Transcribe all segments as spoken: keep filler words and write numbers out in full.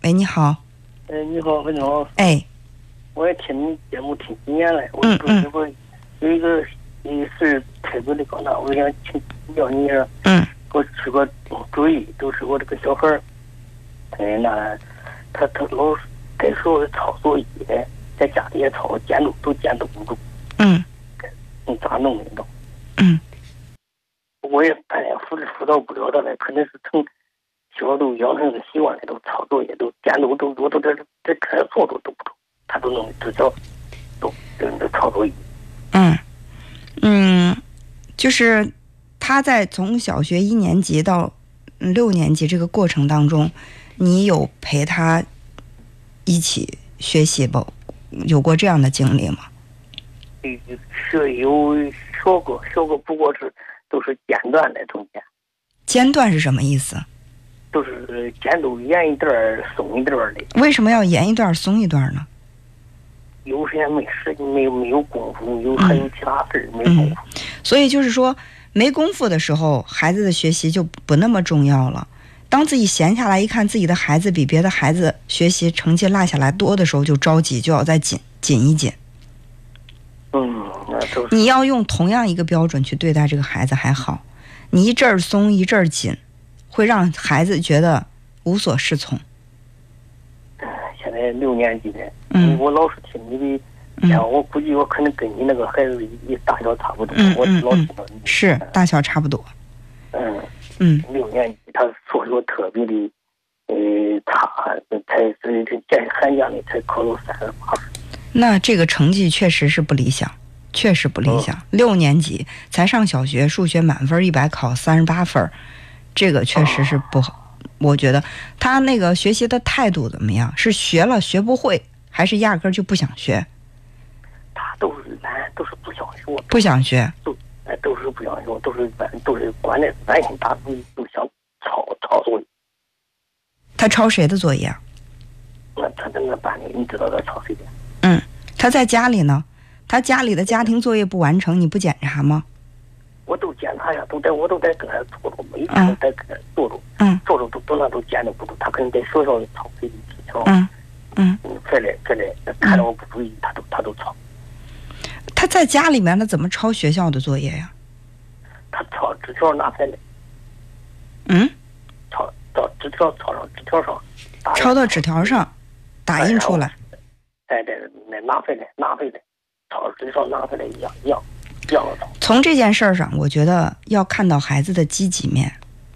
喂，你好。 哎，你好，文总。 哎， 我也听你节目听几年了，我嗯嗯， 我有一个一个事特别的高大，我想请教你， 嗯， 给我出个主意。都是我这个小孩儿，哎，那他他老该时候抄作业，在家里也抄，监督都监督不住。 嗯， 你咋弄的都？ 嗯， 我也半天辅辅导不了他了，可能是从小都养成个习惯了，都抄作业，都监督都我都这这课上做都都不懂，他都弄至少都都都抄作业。 嗯嗯，就是他在从小学一年级到六年级这个过程当中，你有陪他一起学习不？有过这样的经历吗？ 是有学过，学过，不过是都是间断的，中间。 间断是什么意思？ 都是监督严一段松一段的。 为什么要严一段松一段呢？ 有时间没时间，没有没有功夫，有还有其他事、嗯、没功夫、 嗯。所以就是说，没功夫的时候，孩子的学习就不那么重要了。当自己闲下来一看自己的孩子比别的孩子学习成绩落下来多的时候，就着急，就要再紧紧一紧。 嗯，那都是。 你要用同样一个标准去对待这个孩子还好，你一阵儿松一阵儿紧，会让孩子觉得无所适从。 现在六年级的， 嗯， 我老是听你的。嗯，我估计我可能跟你那个孩子一大小差不多， 嗯、 我老听到你、 嗯、是大小差不多。 嗯嗯， 六年级他数学特别的呃差，才是这寒假里才考了三十八分。 那这个成绩确实是不理想，确实不理想。嗯、六年级才上小学，数学满分一百考三十八分，这个确实是不好。哦、我觉得他那个学习的态度怎么样？是学了学不会，还是压根就不想学？ 他都是懒，都是不想学， 不想学， 都哎都是不想学，都是都是管的满心大主意，都想抄抄作业。 他抄谁的作业啊？ 那他在那班里，你知道他抄谁的？ 嗯，他在家里呢，他家里的家庭作业不完成，你不检查吗？ 我都检查呀，都在我都在跟他做着，每天都在跟他做着， 嗯， 做着都都那都监督不住，他可能在学校里抄谁的纸条， 嗯嗯， 再来再来，看到我不注意，他都他都抄。 他在家里面，他怎么抄学校的作业呀？ 他抄纸条拿回来。 嗯， 抄到纸条抄上纸条上， 抄到纸条上，打印出来。 哎，对，那拿回来，拿回来，抄纸条拿回来一样一样一样的抄。 从这件事上，我觉得要看到孩子的积极面。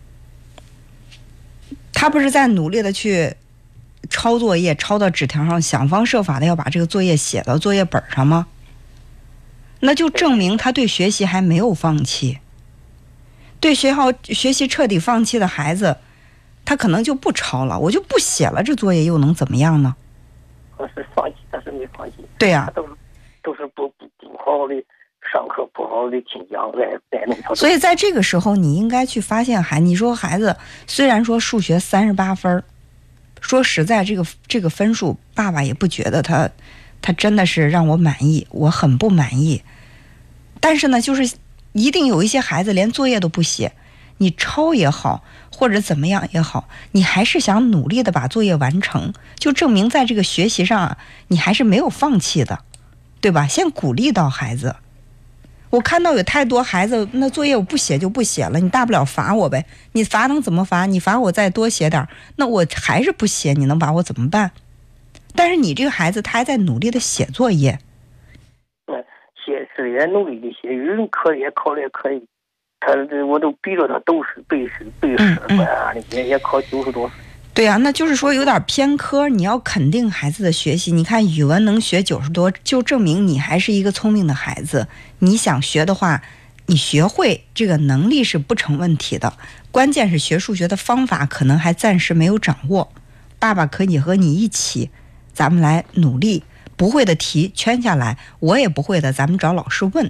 他不是在努力的去抄作业，抄到纸条上，想方设法的要把这个作业写到作业本上吗？那就证明他对学习还没有放弃。对学校学习彻底放弃的孩子，他可能就不抄了，我就不写了，这作业又能怎么样呢？ 我是放弃，但是没放弃。 对呀、啊， 都是都是不不不好好的上课，不好好的听讲，再再弄他。 所以在这个时候，你应该去发现孩，你说孩子虽然说数学三十八分，说实在，这个这个分数，爸爸也不觉得他。他真的是让我满意，我很不满意。但是呢，就是一定有一些孩子连作业都不写，你抄也好，或者怎么样也好，你还是想努力的把作业完成，就证明在这个学习上啊，你还是没有放弃的，对吧？先鼓励到孩子。我看到有太多孩子，那作业我不写就不写了，你大不了罚我呗，你罚能怎么罚？你罚我再多写点，那我还是不写，你能把我怎么办？但是你这个孩子他还在努力的写作业， 嗯，写是也努力的写，语文考也考的也可以，他我都逼着他都是背诗背诗分啊，也也考九十多分。 对呀、啊，那就是说有点偏科，你要肯定孩子的学习。你看语文能学九十多，就证明你还是一个聪明的孩子。你想学的话，你学会这个能力是不成问题的。关键是学数学的方法可能还暂时没有掌握，爸爸可以和你一起。咱们来努力，不会的题圈下来，我也不会的，咱们找老师问。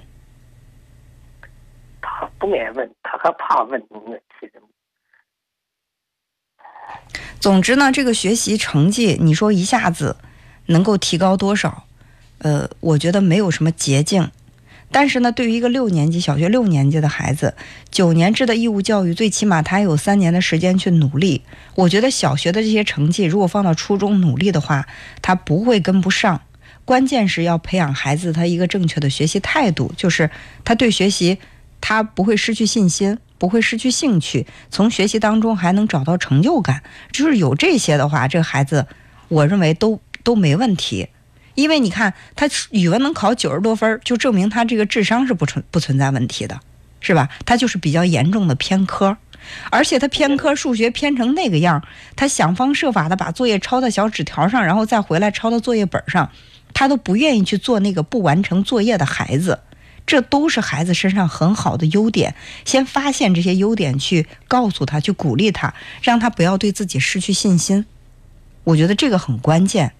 他不爱问，他还怕问你问题。 总之呢，这个学习成绩，你说一下子能够提高多少？呃，我觉得没有什么捷径， 但是呢，对于一个六年级、小学六年级的孩子，九年制的义务教育，最起码他有三年的时间去努力。我觉得小学的这些成绩，如果放到初中努力的话，他不会跟不上。关键是要培养孩子他一个正确的学习态度，就是他对学习他不会失去信心，不会失去兴趣，从学习当中还能找到成就感。就是有这些的话，这个孩子我认为都都没问题。因为你看他语文能考九十多分，就证明他这个智商是不存不存在问题的，是吧？他就是比较严重的偏科，而且他偏科数学偏成那个样，他想方设法的把作业抄到小纸条上，然后再回来抄到作业本上，他都不愿意去做那个不完成作业的孩子。这都是孩子身上很好的优点，先发现这些优点，去告诉他，去鼓励他，让他不要对自己失去信心。我觉得这个很关键。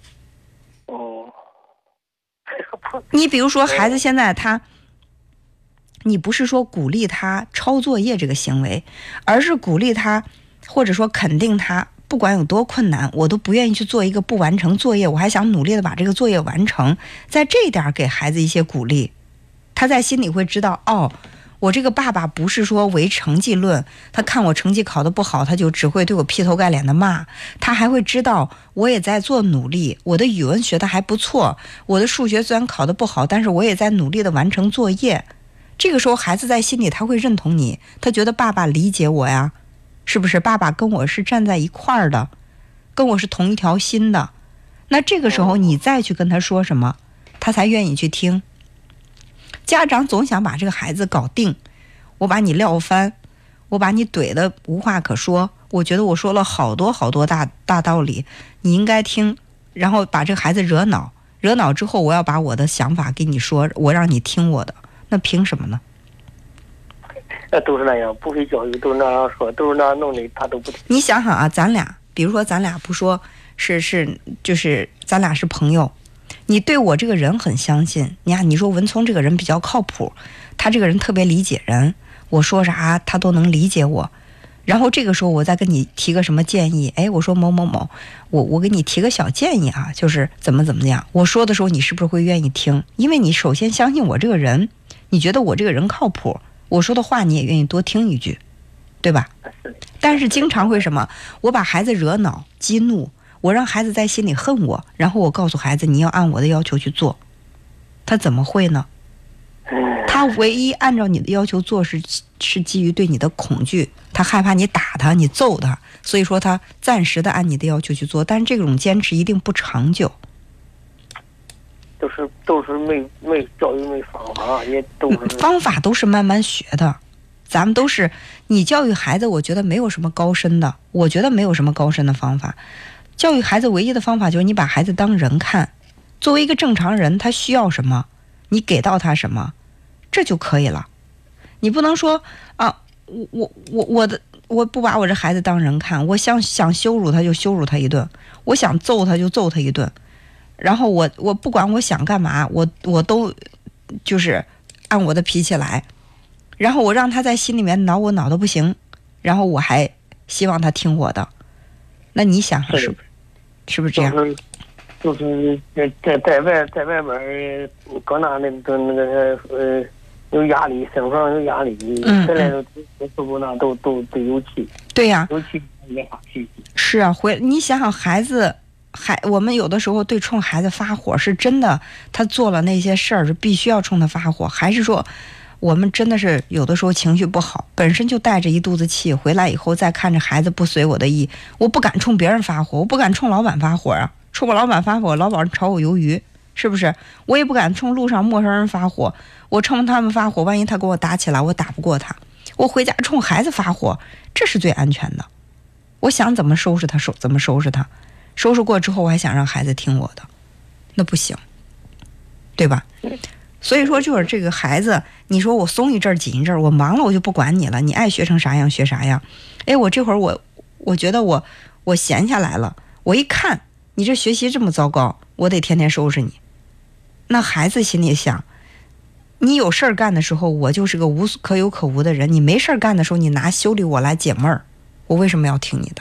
你比如说孩子现在他，你不是说鼓励他抄作业这个行为，而是鼓励他，或者说肯定他，不管有多困难，我都不愿意去做一个不完成作业，我还想努力的把这个作业完成。在这一点给孩子一些鼓励，他在心里会知道，哦，我这个爸爸不是说唯成绩论，他看我成绩考得不好，他就只会对我劈头盖脸的骂，他还会知道我也在做努力，我的语文学得还不错，我的数学虽然考得不好，但是我也在努力的完成作业。这个时候孩子在心里他会认同你，他觉得爸爸理解我呀，是不是？爸爸跟我是站在一块儿的，跟我是同一条心的。那这个时候你再去跟他说什么，他才愿意去听。家长总想把这个孩子搞定，我把你撂翻，我把你怼得无话可说，我觉得我说了好多好多大大道理，你应该听，然后把这个孩子惹恼，惹恼之后我要把我的想法给你说，我让你听我的，那凭什么呢？ 那都是那样，不会教育都是那样说，都是那样弄的，他都不听。 你想想啊，咱俩比如说咱俩不说是是就是咱俩是朋友，你对我这个人很相信，你看你说文聪这个人比较靠谱，他这个人特别理解人，我说啥他都能理解我。然后这个时候我再跟你提个什么建议，哎，我说某某某，我我给你提个小建议啊，就是怎么怎么样。我说的时候你是不是会愿意听？因为你首先相信我这个人，你觉得我这个人靠谱，我说的话你也愿意多听一句，对吧？但是经常会什么？我把孩子惹恼、激怒，我让孩子在心里恨我，然后我告诉孩子你要按我的要求去做，他怎么会呢？他唯一按照你的要求做是是基于对你的恐惧，他害怕你打他、你揍他，所以说他暂时的按你的要求去做，但是这种坚持一定不长久。 都是都是没没教育没方法，也都是方法都是慢慢学的。咱们都是你教育孩子，我觉得没有什么高深的，我觉得没有什么高深的方法。教育孩子唯一的方法就是你把孩子当人看，作为一个正常人，他需要什么，你给到他什么，这就可以了。你不能说啊，我我我我的我不把我这孩子当人看，我想想羞辱他就羞辱他一顿，我想揍他就揍他一顿，然后我我不管我想干嘛，我我都就是按我的脾气来，然后我让他在心里面恼我恼得不行，然后我还希望他听我的，那你想想是不是是不是这样？ 就是在在外在外边搁那那都那个呃有压力，生活上有压力， 嗯， 回来都都说不那都都都有气。 对呀、啊， 有气也发脾气。 是啊，回你想想孩子。孩，我们有的时候对冲孩子发火，是真的，他做了那些事儿是必须要冲他发火，还是说我们真的是有的时候情绪不好，本身就带着一肚子气，回来以后再看着孩子不随我的意，我不敢冲别人发火，我不敢冲老板发火啊，冲我老板发火，老板炒我鱿鱼，是不是？我也不敢冲路上陌生人发火，我冲他们发火，万一他跟我打起来，我打不过他，我回家冲孩子发火，这是最安全的。我想怎么收拾他，收怎么收拾他。收拾过之后我还想让孩子听我的，那不行，对吧？所以说就是这个孩子，你说我松一阵紧一阵，我忙了我就不管你了，你爱学成啥样学啥样。哎，我这会儿我我觉得我我闲下来了，我一看你这学习这么糟糕，我得天天收拾你。那孩子心里想，你有事儿干的时候我就是个无可有可无的人，你没事儿干的时候你拿修理我来解闷儿，我为什么要听你的？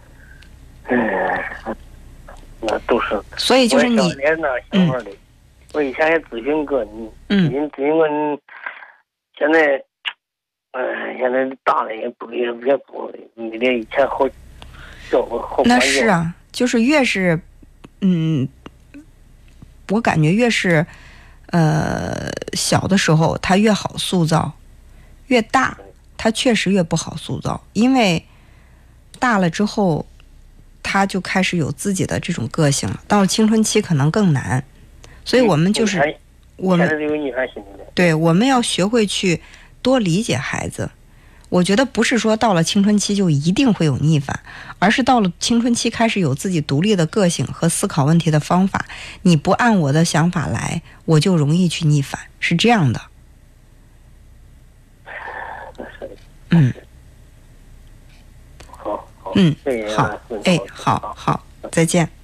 嗯，那都是， 所以就是你， 嗯， 我以前也咨询过你， 嗯您咨询过你，现在，嗯、呃，现在大了也不也也不没得以前好，叫我好管教。 那是啊，就是越是，嗯，我感觉越是，呃，小的时候他越好塑造，越大他确实越不好塑造，因为大了之后，他就开始有自己的这种个性了。到了青春期可能更难，所以我们就是嗯我们现在就有逆反心理了。 对，我们要学会去多理解孩子。我觉得不是说到了青春期就一定会有逆反，而是到了青春期开始有自己独立的个性和思考问题的方法。你不按我的想法来，我就容易去逆反，是这样的。嗯。 好，好， 嗯， 谢谢好啊， 哎，好好，再见。